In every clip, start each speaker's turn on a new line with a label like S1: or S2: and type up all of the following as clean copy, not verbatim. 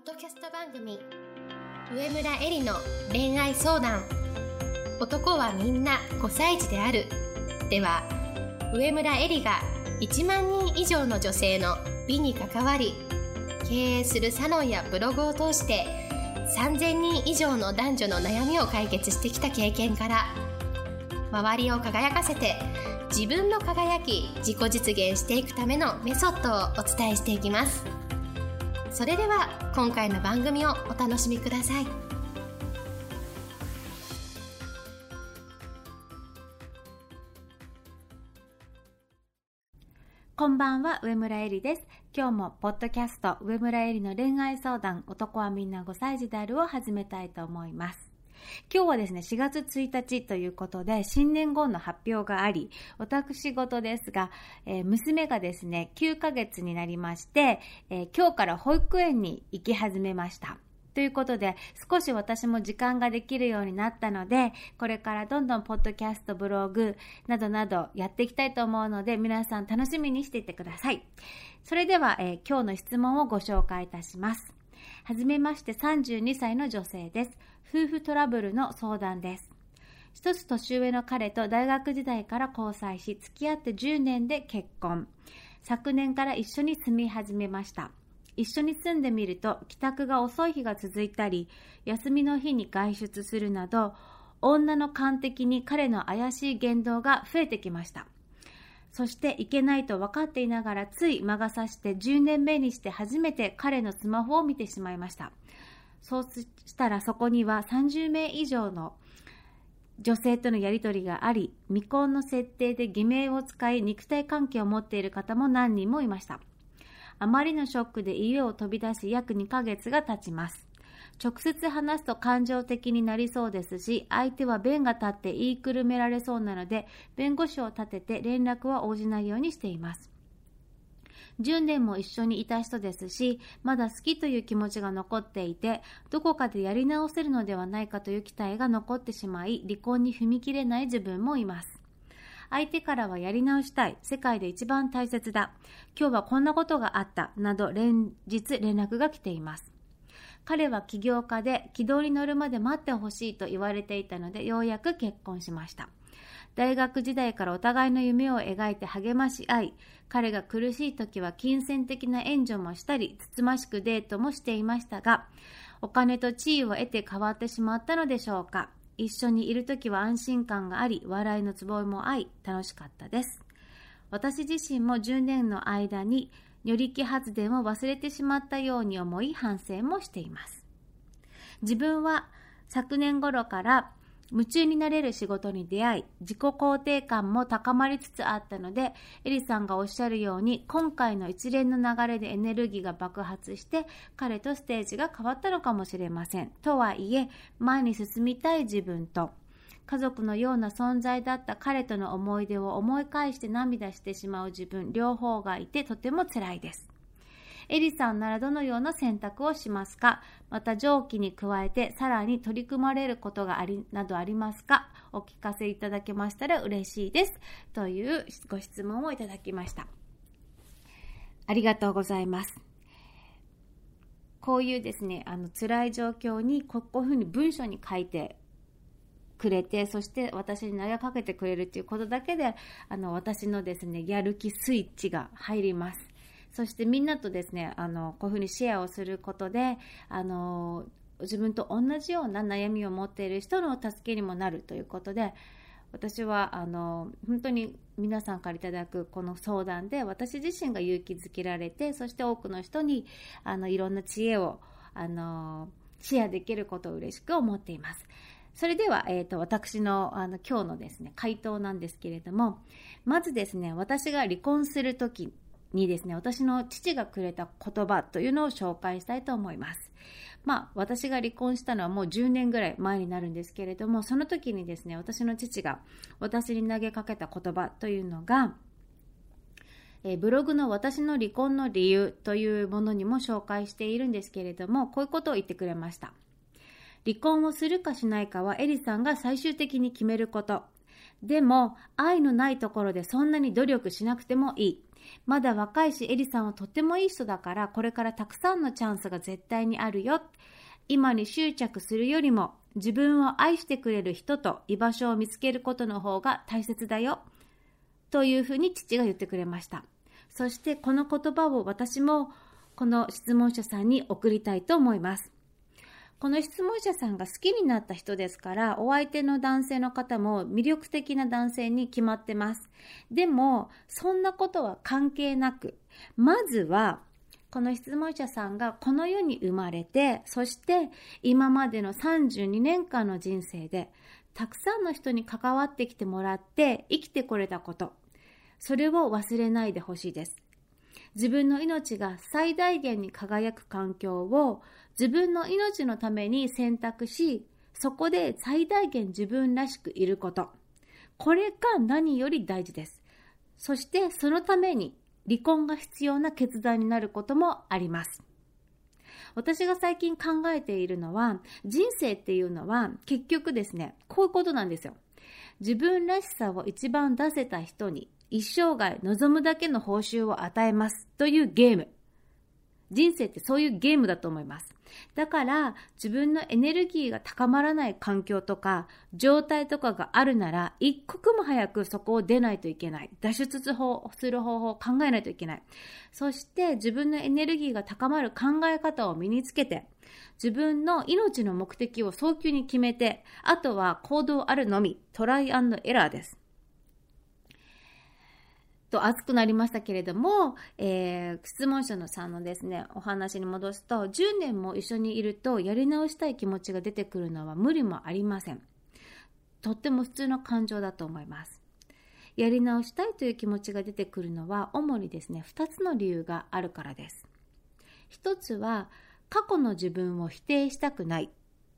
S1: ドキャスト番組上村えりの恋愛相談。男はみんな5歳児である。では、上村えりが1万人以上の女性の美に関わり、経営するサロンやブログを通して3000人以上の男女の悩みを解決してきた経験から、周りを輝かせて自分も輝き自己実現していくためのメソッドをお伝えしていきます。それでは今回の番組をお楽しみください。
S2: こんばんは、上村えりです。今日もポッドキャスト上村えりの恋愛相談、男はみんな5歳児であるを始めたいと思います。今日はですね、4月1日ということで新年号の発表があり、私事ですが、娘がですね9ヶ月になりまして、今日から保育園に行き始めましたということで、少し私も時間ができるようになったので、これからどんどんポッドキャスト、ブログなどなどやっていきたいと思うので、皆さん楽しみにしていてください。それでは、今日の質問をご紹介いたします。はじめまして、32歳の女性です。夫婦トラブルの相談です。一つ年上の彼と大学時代から交際し、付き合って10年で結婚。昨年から一緒に住み始めました。一緒に住んでみると、帰宅が遅い日が続いたり、休みの日に外出するなど、女の勘的に彼の怪しい言動が増えてきました。そしていけないと分かっていながら、つい魔が差して10年目にして初めて彼のスマホを見てしまいました。そうしたらそこには30名以上の女性とのやり取りがあり、未婚の設定で偽名を使い肉体関係を持っている方も何人もいました。あまりのショックで家を飛び出し約2ヶ月が経ちます。直接話すと感情的になりそうですし、相手は弁が立って言いくるめられそうなので、弁護士を立てて連絡は応じないようにしています。10年も一緒にいた人ですし、まだ好きという気持ちが残っていて、どこかでやり直せるのではないかという期待が残ってしまい、離婚に踏み切れない自分もいます。相手からはやり直したい、世界で一番大切だ、今日はこんなことがあった、など連日連絡が来ています。彼は起業家で軌道に乗るまで待ってほしいと言われていたので、ようやく結婚しました。大学時代からお互いの夢を描いて励まし合い、彼が苦しい時は金銭的な援助もしたり、つつましくデートもしていましたが、お金と地位を得て変わってしまったのでしょうか。一緒にいる時は安心感があり、笑いのツボも合い、楽しかったです。私自身も10年の間に女力発電を忘れてしまったように思い、反省もしています。自分は昨年頃から夢中になれる仕事に出会い、自己肯定感も高まりつつあったので、エリさんがおっしゃるように、今回の一連の流れでエネルギーが爆発して、彼とステージが変わったのかもしれません。とはいえ、前に進みたい自分と、家族のような存在だった彼との思い出を思い返して涙してしまう自分、両方がいてとても辛いです。エリさんならどのような選択をしますか？また上記に加えてさらに取り組まれることがなどありますか？お聞かせいただけましたら嬉しいです。というご質問をいただきました。ありがとうございます。こういうですね、辛い状況にこういうふうに文章に書いてくれて、そして私に投げかけてくれるということだけで、私のですね、やる気スイッチが入ります。そしてみんなとですね、こういうふうにシェアをすることで、自分と同じような悩みを持っている人の助けにもなるということで、私は本当に皆さんからいただくこの相談で、私自身が勇気づけられて、そして多くの人にいろんな知恵をシェアできることを嬉しく思っています。それでは、私の今日のですね、回答なんですけれども、まずですね、私が離婚するときにですね、私の父がくれた言葉というのを紹介したいと思います。私が離婚したのはもう10年ぐらい前になるんですけれども、その時にですね、私の父が私に投げかけた言葉というのが、ブログの私の離婚の理由というものにも紹介しているんですけれども、こういうことを言ってくれました。離婚をするかしないかはエリさんが最終的に決めること。でも愛のないところでそんなに努力しなくてもいい。 まだ若いし、エリさんはとってもいい人だから、これからたくさんのチャンスが絶対にあるよ。今に執着するよりも、自分を愛してくれる人と居場所を見つけることの方が大切だよ。というふうに父が言ってくれました。そしてこの言葉を私もこの質問者さんに送りたいと思います。この質問者さんが好きになった人ですから、お相手の男性の方も魅力的な男性に決まってます。でも、そんなことは関係なく、まずは、この質問者さんがこの世に生まれて、そして今までの32年間の人生で、たくさんの人に関わってきてもらって生きてこれたこと、それを忘れないでほしいです。自分の命が最大限に輝く環境を自分の命のために選択し、そこで最大限自分らしくいること。これが何より大事です。そしてそのために離婚が必要な決断になることもあります。私が最近考えているのは、人生っていうのは結局ですね、こういうことなんですよ。自分らしさを一番出せた人に一生涯望むだけの報酬を与えますというゲーム。人生ってそういうゲームだと思います。だから自分のエネルギーが高まらない環境とか状態とかがあるなら、一刻も早くそこを出ないといけない。脱出する方法を考えないといけない。そして自分のエネルギーが高まる考え方を身につけて、自分の命の目的を早急に決めて、あとは行動あるのみ、トライアンドエラーです。と熱くなりましたけれども、質問者のさんのですね、お話に戻すと、10年も一緒にいるとやり直したい気持ちが出てくるのは無理もありません。とっても普通の感情だと思います。やり直したいという気持ちが出てくるのは、主にですね、2つの理由があるからです。1つは、過去の自分を否定したくない。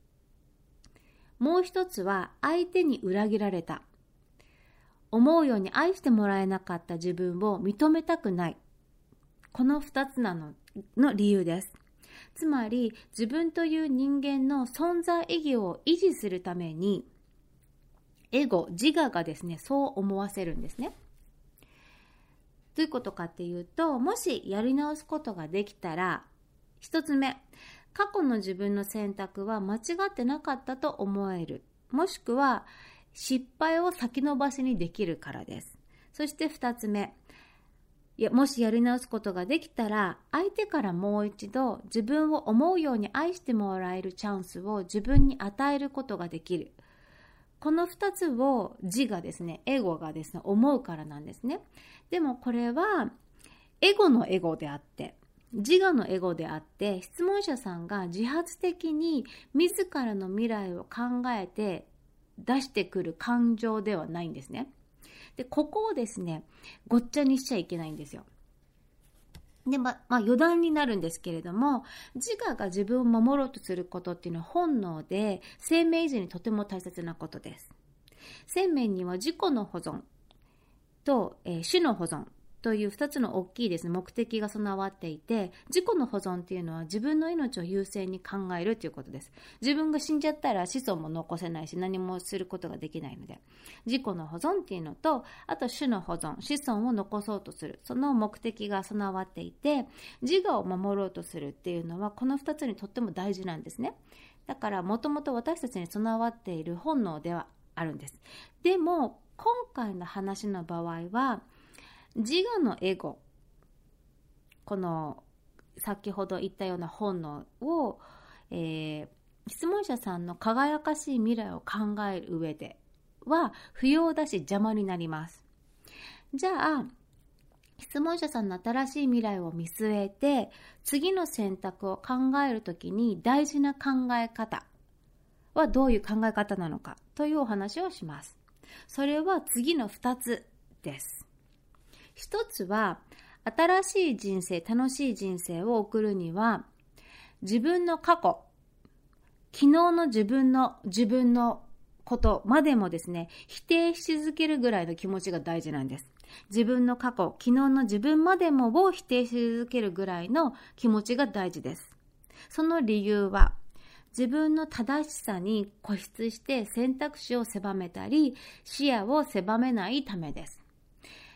S2: もう1つは、相手に裏切られた。思うように愛してもらえなかった自分を認めたくない。この2つの理由です。つまり、自分という人間の存在意義を維持するために、エゴ、自我がですね、そう思わせるんですね。どういうことかっていうと、もしやり直すことができたら、1つ目、過去の自分の選択は間違ってなかったと思える。もしくは、失敗を先延ばしにできるからです。そして2つ目、もしやり直すことができたら、相手からもう一度自分を思うように愛してもらえるチャンスを自分に与えることができる。この2つを自我ですね、エゴがですね、思うからなんですね。でもこれはエゴのエゴであって、自我のエゴであって、質問者さんが自発的に自らの未来を考えて出してくる感情ではないんですね。で、ここをですね、ごっちゃにしちゃいけないんですよ。で、余談になるんですけれども、自我が自分を守ろうとすることっていうのは本能で、生命維持にとても大切なことです。生命には自己の保存と、種の保存という2つの大きいですね、目的が備わっていて、自己の保存っていうのは自分の命を優先に考えるということです。自分が死んじゃったら子孫も残せないし、何もすることができないので、自己の保存っていうのと、あと種の保存、子孫を残そうとする、その目的が備わっていて、自我を守ろうとするっていうのはこの2つにとっても大事なんですね。だからもともと私たちに備わっている本能ではあるんです。でも今回の話の場合は、自我のエゴ、この先ほど言ったような本能を、質問者さんの輝かしい未来を考える上では不要だし邪魔になります。じゃあ質問者さんの新しい未来を見据えて次の選択を考えるときに大事な考え方はどういう考え方なのかというお話をします。それは次の2つです。一つは、新しい人生、楽しい人生を送るには、自分の過去、昨日の自分のことまでもですね、否定し続けるぐらいの気持ちが大事なんです。自分の過去、昨日の自分までもを否定し続けるぐらいの気持ちが大事です。その理由は、自分の正しさに固執して選択肢を狭めたり、視野を狭めないためです。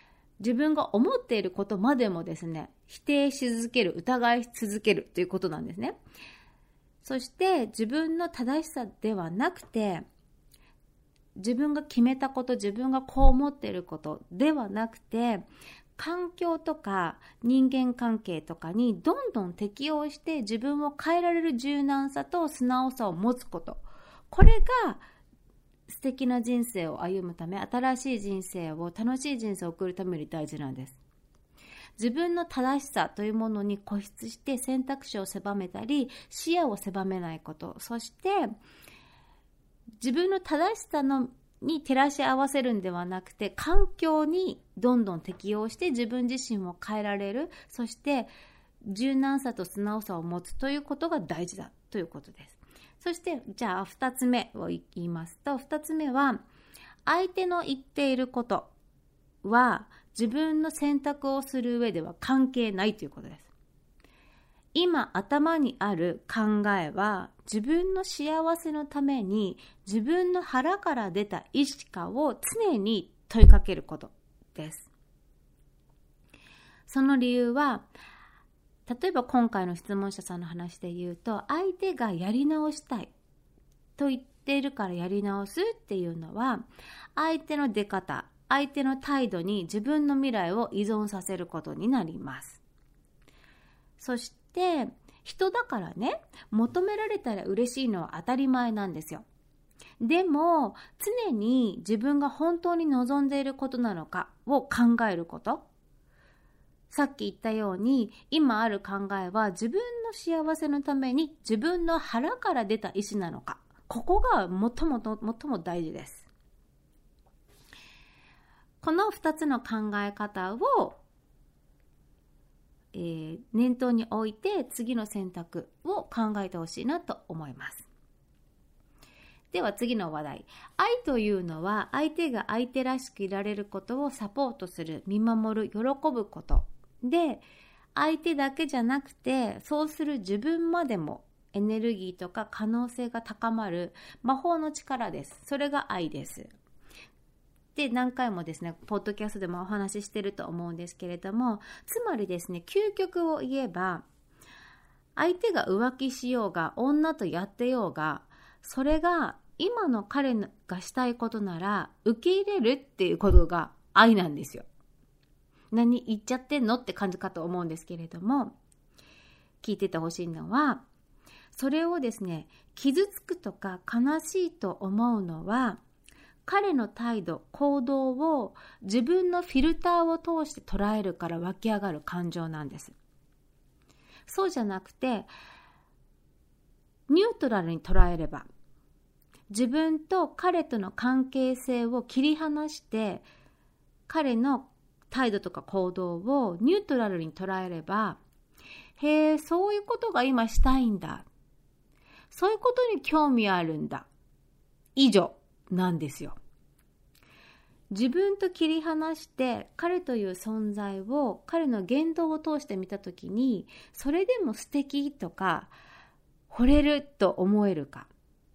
S2: 自分が思っていることまでもですね、否定し続ける、疑い続けるということなんですね。そして自分の正しさではなくて、自分が決めたこと、自分がこう思っていることではなくて、環境とか人間関係とかにどんどん適応して自分を変えられる柔軟さと素直さを持つこと。これが素敵な人生を歩むため、新しい人生を、楽しい人生を送るために大事なんです。自分の正しさというものに固執して選択肢を狭めたり、視野を狭めないこと。そして、自分の正しさに照らし合わせるんではなくて、環境にどんどん適応して自分自身を変えられる。そして、柔軟さと素直さを持つということが大事だということです。そして、じゃあ2つ目を言いますと、2つ目は、相手の言っていることは自分の選択をする上では関係ないということです。今頭にある考えは自分の幸せのために自分の腹から出た意思かを常に問いかけることです。その理由は、例えば今回の質問者さんの話で言うと、相手がやり直したいと言っているからやり直すっていうのは、相手の出方、相手の態度に自分の未来を依存させることになります。そして人だからね、求められたら嬉しいのは当たり前なんですよ。でも常に自分が本当に望んでいることなのかを考えること。さっき言ったように、今ある考えは自分の幸せのために自分の腹から出た意思なのか。ここが最も大事です。この2つの考え方を、念頭に置いて次の選択を考えてほしいなと思います。では次の話題。愛というのは相手が相手らしくいられることをサポートする、見守る、喜ぶことで、相手だけじゃなくてそうする自分までもエネルギーとか可能性が高まる魔法の力です。それが愛です。で、何回もですね、ポッドキャストでもお話ししてると思うんですけれども、つまりですね、究極を言えば、相手が浮気しようが、女とやってようが、それが今の彼がしたいことなら、受け入れるっていうことが愛なんですよ。何言っちゃってんのって感じかと思うんですけれども、聞いててほしいのは、それをですね、傷つくとか悲しいと思うのは、彼の態度、行動を自分のフィルターを通して捉えるから湧き上がる感情なんです。そうじゃなくて、ニュートラルに捉えれば、自分と彼との関係性を切り離して、彼の態度とか行動をニュートラルに捉えれば、へえ、そういうことが今したいんだ。そういうことに興味あるんだ。以上。なんですよ。自分と切り離して彼という存在を、彼の言動を通して見たときに、それでも素敵とか惚れると思えるか、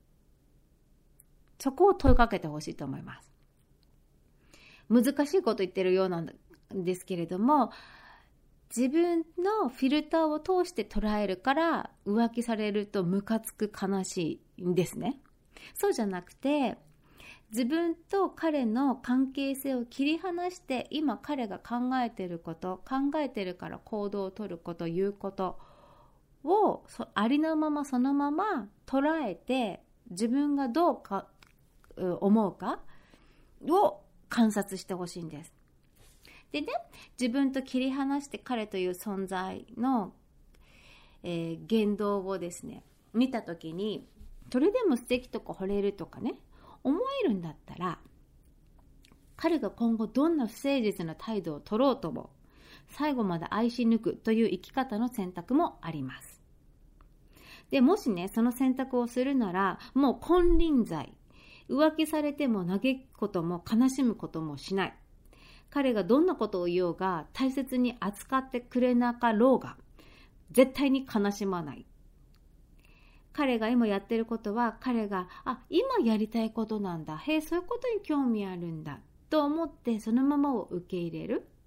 S2: そこを問いかけてほしいと思います。難しいこと言ってるようなんですけれども、自分のフィルターを通して捉えるから浮気されるとムカつく、悲しいんですね。そうじゃなくて、自分と彼の関係性を切り離して、今彼が考えていること、考えているから行動を取ること、言うことをありのままそのまま捉えて、自分がどうか思うかを観察してほしいんです。でね、自分と切り離して彼という存在の、言動をですね、見たときに、それでも素敵とか惚れるとかね、思えるんだったら、彼が今後どんな不誠実な態度を取ろうとも、最後まで愛し抜くという生き方の選択もあります。で、もしね、その選択をするなら、もう金輪際、浮気されても嘆くことも悲しむこともしない。彼がどんなことを言おうが、大切に扱ってくれなかろうが、絶対に悲しまない。彼が今やってることは、彼が今やりたいことなんだ、へえ、そういうことに興味あるんだと思って、そのままを受け入れる。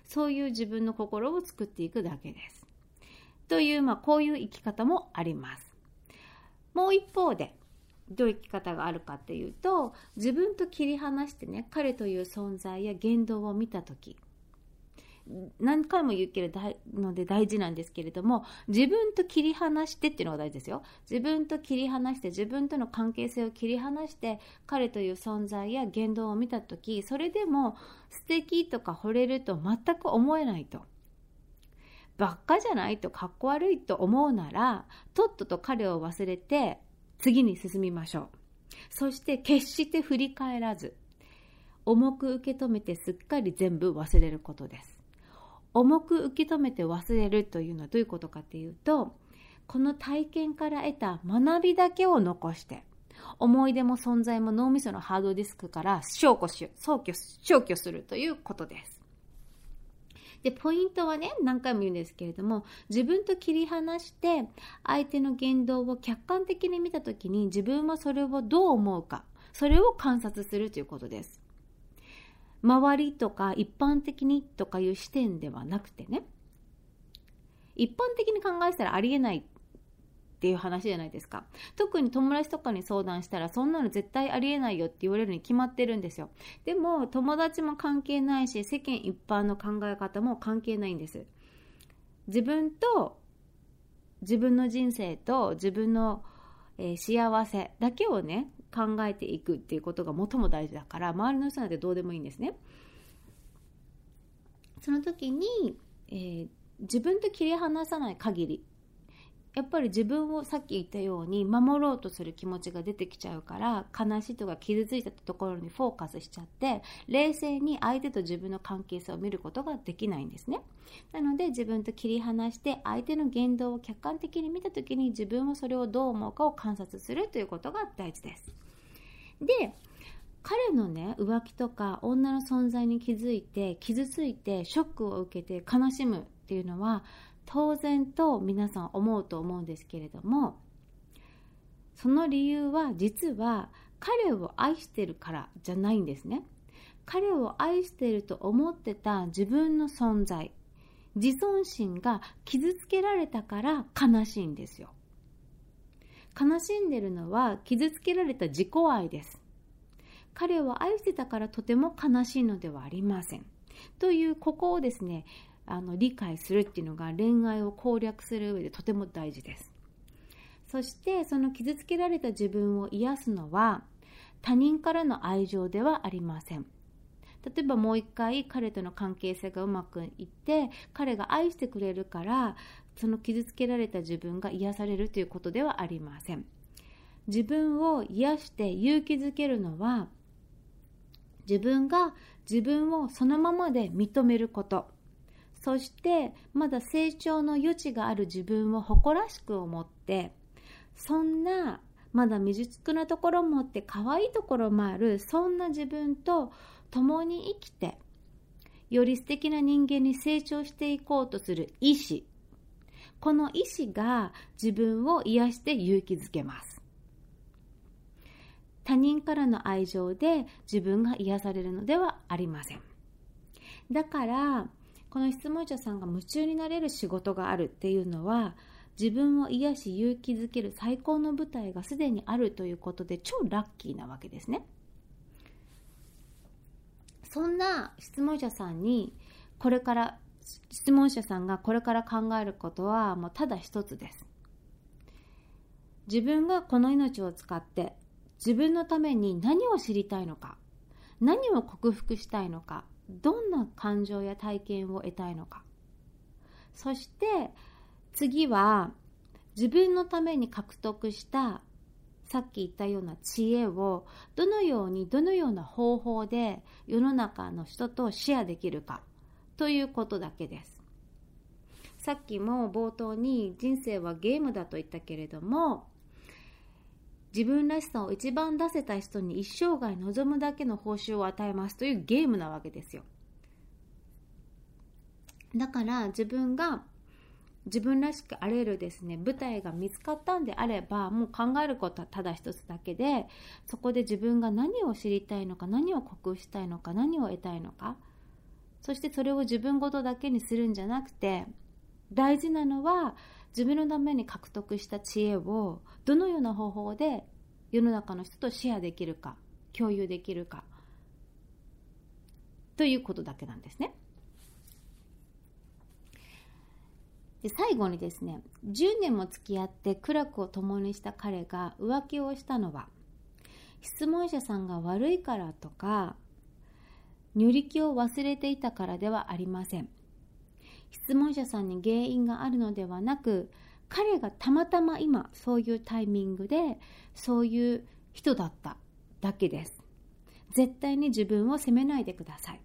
S2: そういう自分の心を作っていくだけです。という、こういう生き方もあります。もう一方で、どういう生き方があるかっていうと、自分と切り離してね、彼という存在や言動を見たとき、何回も言うけどので大事なんですけれども、自分と切り離してっていうのが大事ですよ。自分と切り離して、自分との関係性を切り離して彼という存在や言動を見たとき、それでも素敵とか惚れると全く思えないと、ばっかじゃないと、かっこ悪いと思うなら、とっとと彼を忘れて次に進みましょう。そして決して振り返らず、重く受け止めてすっかり全部忘れることです。重く受け止めて忘れるというのはどういうことかっていうと、この体験から得た学びだけを残して、思い出も存在も脳みそのハードディスクから消去するということです。で、ポイントはね、何回も言うんですけれども、自分と切り離して相手の言動を客観的に見たときに、自分はそれをどう思うか、それを観察するということです。周りとか一般的にとかいう視点ではなくてね、一般的に考えたらありえないっていう話じゃないですか。特に友達とかに相談したら、そんなの絶対ありえないよって言われるに決まってるんですよ。でも友達も関係ないし、世間一般の考え方も関係ないんです。自分と自分の人生と自分の幸せだけをね、考えていくっていうことが最も大事だから、周りの人なんてどうでもいいんですね。その時に、自分と切り離さない限り、やっぱり自分をさっき言ったように守ろうとする気持ちが出てきちゃうから、悲しいとか傷ついたところにフォーカスしちゃって、冷静に相手と自分の関係性を見ることができないんですね。なので自分と切り離して相手の言動を客観的に見たときに、自分はそれをどう思うかを観察するということが大事です。で、彼のね、浮気とか女の存在に気づいて傷ついてショックを受けて悲しむっていうのは当然と皆さん思うと思うんですけれども、その理由は実は彼を愛してるからじゃないんですね。彼を愛していると思ってた自分の存在、自尊心が傷つけられたから悲しいんですよ。悲しんでるのは傷つけられた自己愛です。彼を愛してたからとても悲しいのではありません。というここをですね、理解するっていうのが恋愛を攻略する上でとても大事です。そしてその傷つけられた自分を癒すのは他人からの愛情ではありません。例えばもう一回彼との関係性がうまくいって、彼が愛してくれるからその傷つけられた自分が癒されるということではありません。自分を癒して勇気づけるのは、自分が自分をそのままで認めること、そしてまだ成長の余地がある自分を誇らしく思って、そんなまだ未熟なところもあって可愛いところもある、そんな自分と共に生きて、より素敵な人間に成長していこうとする意志、この意志が自分を癒して勇気づけます。他人からの愛情で自分が癒されるのではありません。だからこの質問者さんが夢中になれる仕事があるっていうのは、自分を癒し勇気づける最高の舞台がすでにあるということで超ラッキーなわけですね。そんな質問者さんがこれから考えることはもうただ一つです。自分がこの命を使って自分のために何を知りたいのか、何を克服したいのか、どんな感情や体験を得たいのか、そして次は自分のために獲得したさっき言ったような知恵をどのような方法で世の中の人とシェアできるかということだけです。さっきも冒頭に人生はゲームだと言ったけれども、自分らしさを一番出せた人に一生涯望むだけの報酬を与えますというゲームなわけですよ。だから自分が自分らしくあれるですね、舞台が見つかったんであれば、もう考えることはただ一つだけで、そこで自分が何を知りたいのか、何を克服したいのか、何を得たいのか、 そしてそれを自分ごとだけにするんじゃなくて、大事なのは自分のために獲得した知恵をどのような方法で世の中の人とシェアできるか、共有できるかということだけなんですね。で、最後にですね、10年も付き合って苦楽を共にした彼が浮気をしたのは、質問者さんが悪いからとか、履歴を忘れていたからではありません。質問者さんに原因があるのではなく、彼がたまたま今そういうタイミングでそういう人だっただけです。絶対に自分を責めないでください。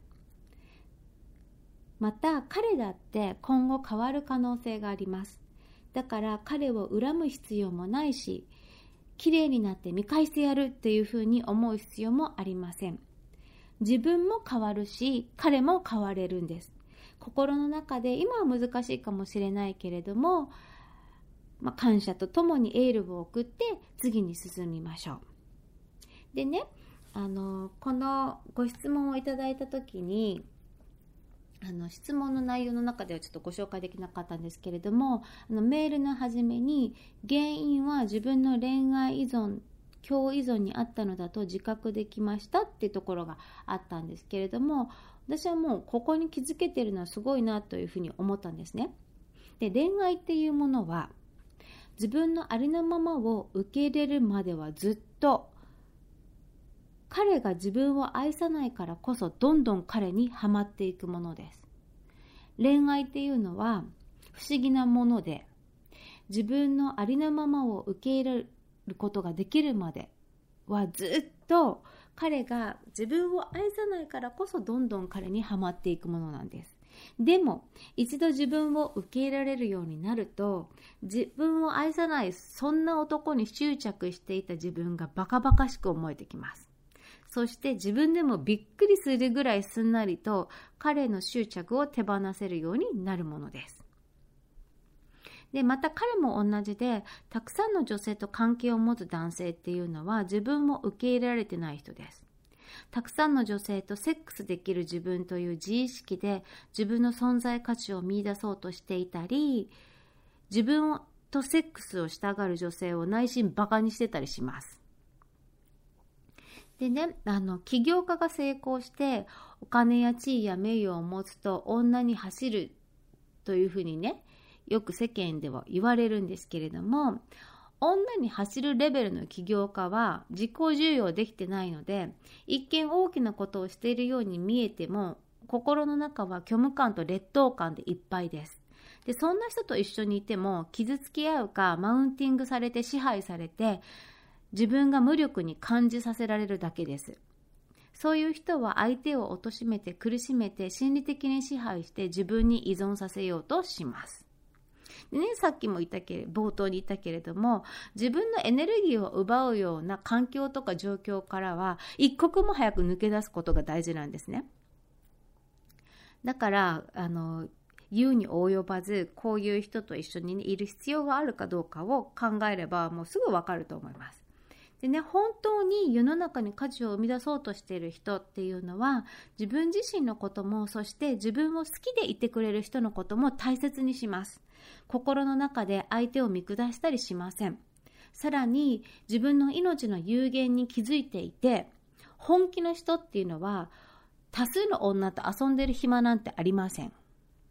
S2: また彼だって今後変わる可能性があります。だから彼を恨む必要もないし、綺麗になって見返してやるっていうふうに思う必要もありません。自分も変わるし、彼も変われるんです。心の中で今は難しいかもしれないけれども、感謝とともにエールを送って次に進みましょう。でね、このご質問をいただいたときに、質問の内容の中ではちょっとご紹介できなかったんですけれども、メールの初めに原因は自分の恋愛依存、共依存にあったのだと自覚できましたっていうところがあったんですけれども、私はもうここに気づけてるのはすごいなというふうに思ったんですね。で、恋愛っていうものは自分のありのままを受け入れるまではずっと彼が自分を愛さないからこそどんどん彼にはまっていくものです。恋愛っていうのは不思議なもので、自分のありのままを受け入れることができるまではずっと彼が自分を愛さないからこそどんどん彼にはまっていくものなんです。でも一度自分を受け入れられるようになると、自分を愛さないそんな男に執着していた自分がバカバカしく思えてきます。そして自分でもびっくりするぐらいすんなりと彼の執着を手放せるようになるものです。で、また彼も同じで、たくさんの女性と関係を持つ男性っていうのは自分を受け入れられてない人です。たくさんの女性とセックスできる自分という自意識で自分の存在価値を見出そうとしていたり、自分とセックスをしたがる女性を内心バカにしてたりします。でね、起業家が成功してお金や地位や名誉を持つと女に走るというふうにね、よく世間では言われるんですけれども、女に走るレベルの起業家は自己重要できてないので、一見大きなことをしているように見えても心の中は虚無感と劣等感でいっぱいです。で、そんな人と一緒にいても傷つき合うかマウンティングされて支配されて自分が無力に感じさせられるだけです。そういう人は相手を貶めて苦しめて心理的に支配して自分に依存させようとします。でね、さっきも冒頭に言ったけれども、自分のエネルギーを奪うような環境とか状況からは一刻も早く抜け出すことが大事なんですね。だから言うに及ばず、こういう人と一緒にいる必要があるかどうかを考えればもうすぐわかると思います。でね、本当に世の中に価値を生み出そうとしている人っていうのは、自分自身のことも、そして自分を好きでいてくれる人のことも大切にします。心の中で相手を見下したりしません。さらに自分の命の有限に気づいていて、本気の人っていうのは多数の女と遊んでる暇なんてありません。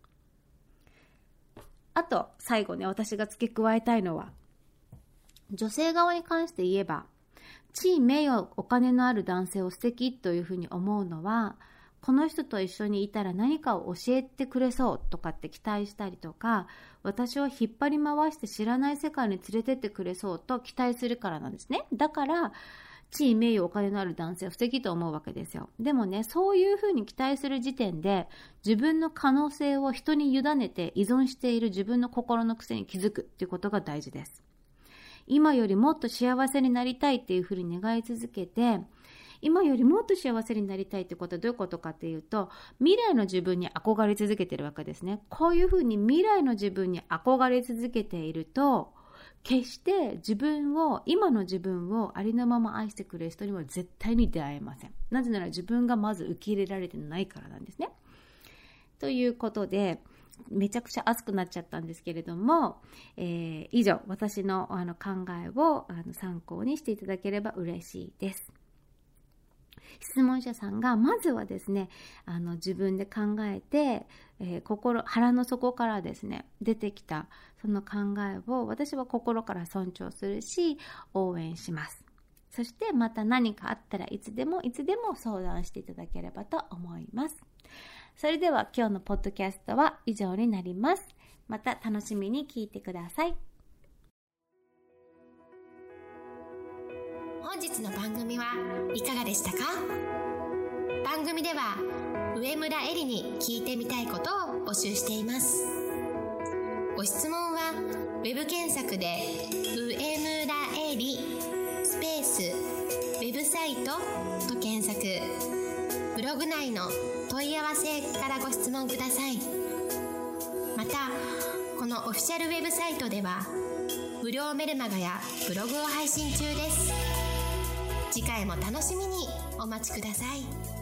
S2: あと最後ね、私が付け加えたいのは、女性側に関して言えば、地位、名誉、お金のある男性を素敵というふうに思うのは、この人と一緒にいたら何かを教えてくれそうとかって期待したりとか、私を引っ張り回して知らない世界に連れてってくれそうと期待するからなんですね。だから地位、名誉、お金のある男性は素敵と思うわけですよ。でもね、そういうふうに期待する時点で自分の可能性を人に委ねて依存している自分の心の癖に気づくっていうことが大事です。今よりもっと幸せになりたいっていうふうに願い続けて、今よりもっと幸せになりたいってことはどういうことかっていうと、未来の自分に憧れ続けてるわけですね。こういうふうに未来の自分に憧れ続けていると、決して今の自分をありのまま愛してくれる人には絶対に出会えません。なぜなら自分がまず受け入れられてないからなんですね。 ということで、めちゃくちゃ熱くなっちゃったんですけれども、以上、私の考えを参考にしていただければ嬉しいです。質問者さんがまずはですね、自分で考えて、腹の底からですね出てきたその考えを私は心から尊重するし応援します。そしてまた何かあったらいつでも相談していただければと思います。それでは今日のポッドキャストは以上になります。また楽しみに聞いてください。
S1: 本日の番組はいかがでしたか？番組では上村えりに聞いてみたいことを募集しています。ご質問はウェブ検索で上村えりスペースウェブサイトと検索、ブログ内の問い合わせからご質問ください。またこのオフィシャルウェブサイトでは無料メルマガやブログを配信中です。次回も楽しみにお待ちください。